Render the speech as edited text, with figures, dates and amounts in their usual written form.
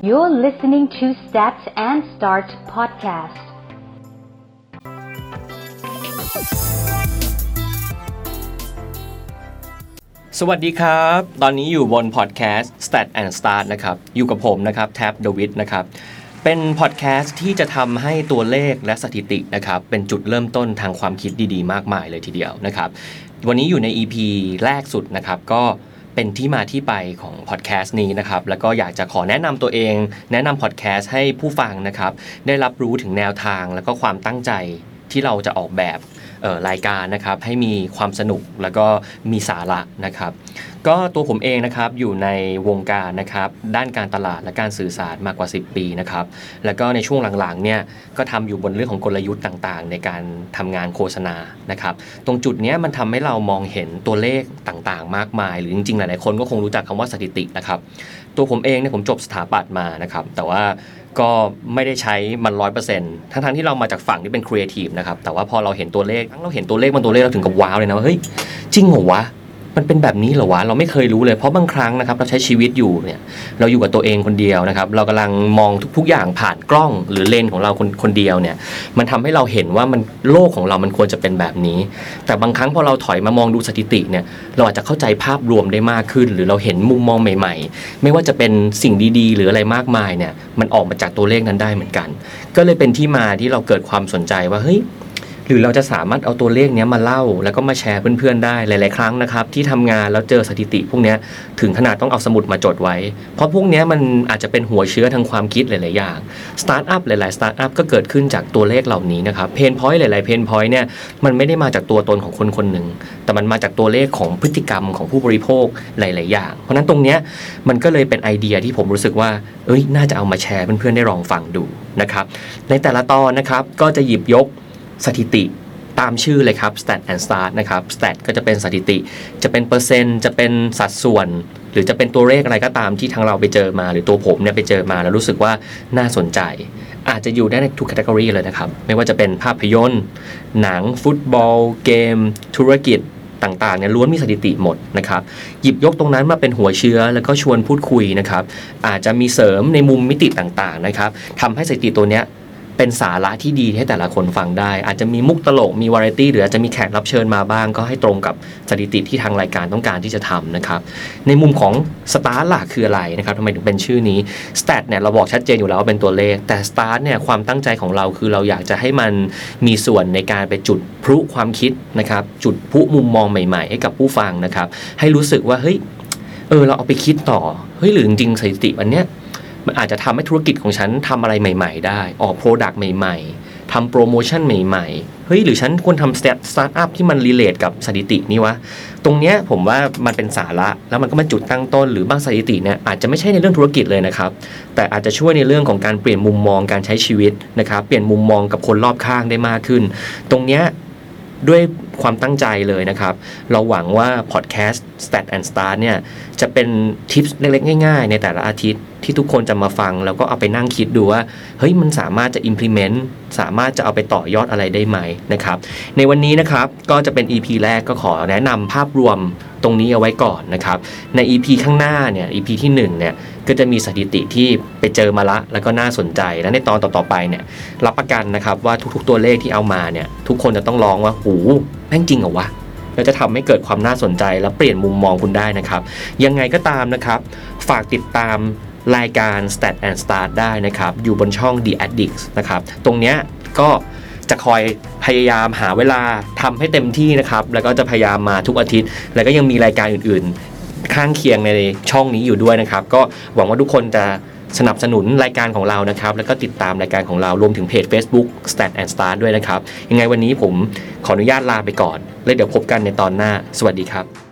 You're listening to Stats and Start podcast. สวัสดีครับตอนนี้อยู่บนพอดแคสต์ Stat and Start นะครับอยู่กับผมนะครับแท็บเดวิดนะครับเป็นพอดแคสต์ที่จะทำให้ตัวเลขและสถิตินะครับเป็นจุดเริ่มต้นทางความคิดดีๆมากมายเลยทีเดียวนะครับวันนี้อยู่ใน EP แรกสุดนะครับก็เป็นที่มาที่ไปของพอดแคสต์นี้นะครับแล้วก็อยากจะขอแนะนำตัวเองแนะนำพอดแคสต์ให้ผู้ฟังนะครับได้รับรู้ถึงแนวทางแล้วก็ความตั้งใจที่เราจะออกแบบรายการนะครับให้มีความสนุกแล้วก็มีสาระนะครับก็ตัวผมเองนะครับอยู่ในวงการนะครับด้านการตลาดและการสื่อสารมากกว่า10ปีนะครับแล้วก็ในช่วงหลังๆเนี่ยก็ทำอยู่บนเรื่องของกลยุทธ์ต่างๆในการทำงานโฆษณานะครับตรงจุดนี้มันทำให้เรามองเห็นตัวเลขต่างๆมากมายหรือจริงๆหลายๆคนก็คงรู้จักคำว่าสถิตินะครับตัวผมเองเนี่ยผมจบสถาปัตย์มานะครับแต่ว่าก็ไม่ได้ใช้มัน 100% ทั้งๆที่เรามาจากฝั่งที่เป็นครีเอทีฟนะครับแต่ว่าพอเราเห็นตัวเลขเราเห็นตัวเลขบนตัวเลขเราถึงกับว้าวเลยนะว่าเฮ้ยจริงเหรอวะมันเป็นแบบนี้เหรอวะเราไม่เคยรู้เลยเพราะบางครั้งนะครับเราใช้ชีวิตอยู่เนี่ยเราอยู่กับตัวเองคนเดียวนะครับเรากำลังมองทุกอย่างผ่านกล้องหรือเลนส์ของเราคนเดียวเนี่ยมันทำให้เราเห็นว่ามันโลกของเรามันควรจะเป็นแบบนี้แต่บางครั้งพอเราถอยมามองดูสถิติเนี่ยเราอาจจะเข้าใจภาพรวมได้มากขึ้นหรือเราเห็นมุมมองใหม่ๆไม่ว่าจะเป็นสิ่งดีๆหรืออะไรมากมายเนี่ยมันออกมาจากตัวเลขนั้นได้เหมือนกันก็เลยเป็นที่มาที่เราเกิดความสนใจว่าเฮ้ยหรือเราจะสามารถเอาตัวเลขนี้มาเล่าแล้วก็มาแชร์เพื่อนๆได้หลายๆครั้งนะครับที่ทำงานแล้วเจอสถิติพวกนี้ถึงขนาดต้องเอาสมุดมาจดไว้เพราะพวกนี้มันอาจจะเป็นหัวเชื้อทางความคิดหลายๆอย่างสตาร์ทอัพหลายๆสตาร์ทอัพก็เกิดขึ้นจากตัวเลขเหล่านี้นะครับเพนพอยต์หลายๆเพนพอยต์เนี่ยมันไม่ได้มาจากตัวตนของคนคนหนึ่งแต่มันมาจากตัวเลขของพฤติกรรมของผู้บริโภคหลายๆอย่างเพราะนั้นตรงนี้มันก็เลยเป็นไอเดียที่ผมรู้สึกว่าน่าจะเอามาแชร์เพื่อนๆได้ลองฟังดูนะครับในแต่ละตอนนะครับก็จะหยิบยกสถิติตามชื่อเลยครับ Stat and Start นะครับ Stat ก็จะเป็นสถิติจะเป็นเปอร์เซ็นต์จะเป็นสัดส่วนหรือจะเป็นตัวเลขอะไรก็ตามที่ทางเราไปเจอมาหรือตัวผมเนี่ยไปเจอมาแล้วรู้สึกว่าน่าสนใจอาจจะอยู่ได้ในทุกแคตตากรีเลยนะครับไม่ว่าจะเป็นภาพยนตร์หนังฟุตบอลเกมธุรกิจต่างๆเนี่ยล้วนมีสถิติหมดนะครับหยิบยกตรงนั้นมาเป็นหัวเชื้อแล้วก็ชวนพูดคุยนะครับอาจจะมีเสริมในมุมมิติต่างๆนะครับทำให้สถิติตัวเนี้ยเป็นสาระที่ดีให้แต่ละคนฟังได้อาจจะมีมุกตลกมีวาไรตี้หรืออาจจะมีแขกรับเชิญมาบ้างก็ให้ตรงกับสถิติที่ทางรายการต้องการที่จะทำนะครับในมุมของสตาร์ทล่ะคืออะไรนะครับทำไมถึงเป็นชื่อนี้สแตทเนี่ยเราบอกชัดเจนอยู่แล้วว่าเป็นตัวเลขแต่สตาร์ทเนี่ยความตั้งใจของเราคือเราอยากจะให้มันมีส่วนในการไปจุดพลุความคิดนะครับจุดพลุมุมมองใหม่ๆให้กับผู้ฟังนะครับให้รู้สึกว่าเฮ้ยเราเอาไปคิดต่อเฮ้ยหรือจริงๆสถิติอันเนี้ยมันอาจจะทำให้ธุรกิจของฉันทำอะไรใหม่ๆได้ออกโปรดักต์ใหม่ๆทำโปรโมชั่นใหม่ๆเฮ้ยหรือฉันควรทำสตาร์ทอัพที่มันรีเลทกับสถิตินี่วะตรงเนี้ยผมว่ามันเป็นสาระแล้วมันก็เป็นจุดตั้งต้นหรือบางสถิติเนี่ยอาจจะไม่ใช่ในเรื่องธุรกิจเลยนะครับแต่อาจจะช่วยในเรื่องของการเปลี่ยนมุมมองการใช้ชีวิตนะครับเปลี่ยนมุมมองกับคนรอบข้างได้มากขึ้นตรงเนี้ยด้วยความตั้งใจเลยนะครับเราหวังว่าพอดแคสต์ Stat and Start เนี่ยจะเป็นทิปเล็กๆง่ายๆในแต่ละอาทิตย์ที่ทุกคนจะมาฟังแล้วก็เอาไปนั่งคิดดูว่าเฮ้ยมันสามารถจะ implement สามารถจะเอาไปต่อยอดอะไรได้ไหมนะครับในวันนี้นะครับก็จะเป็น EP แรกก็ขอแนะนำภาพรวมตรงนี้เอาไว้ก่อนนะครับใน EP ข้างหน้าเนี่ย EP ที่1เนี่ยก็จะมีสถิติที่ไปเจอมาละแล้วก็น่าสนใจและในตอนต่อๆไปเนี่ยรับประกันนะครับว่าทุกๆตัวเลขที่เอามาเนี่ยทุกคนจะต้องร้องว่าหูแม่งจริงเหรอวะแล้วจะทำให้เกิดความน่าสนใจและเปลี่ยนมุมมองคุณได้นะครับยังไงก็ตามนะครับฝากติดตามรายการ Stat and Start ได้นะครับอยู่บนช่อง The Addicts นะครับตรงเนี้ยก็จะคอยพยายามหาเวลาทำให้เต็มที่นะครับแล้วก็จะพยายามมาทุกอาทิตย์แล้วก็ยังมีรายการอื่นๆข้างเคียงในช่องนี้อยู่ด้วยนะครับก็หวังว่าทุกคนจะสนับสนุนรายการของเรานะครับแล้วก็ติดตามรายการของเรารวมถึงเพจ Facebook Stat and Start ด้วยนะครับยังไงวันนี้ผมขออนุญาตลาไปก่อนแล้วเดี๋ยวพบกันในตอนหน้าสวัสดีครับ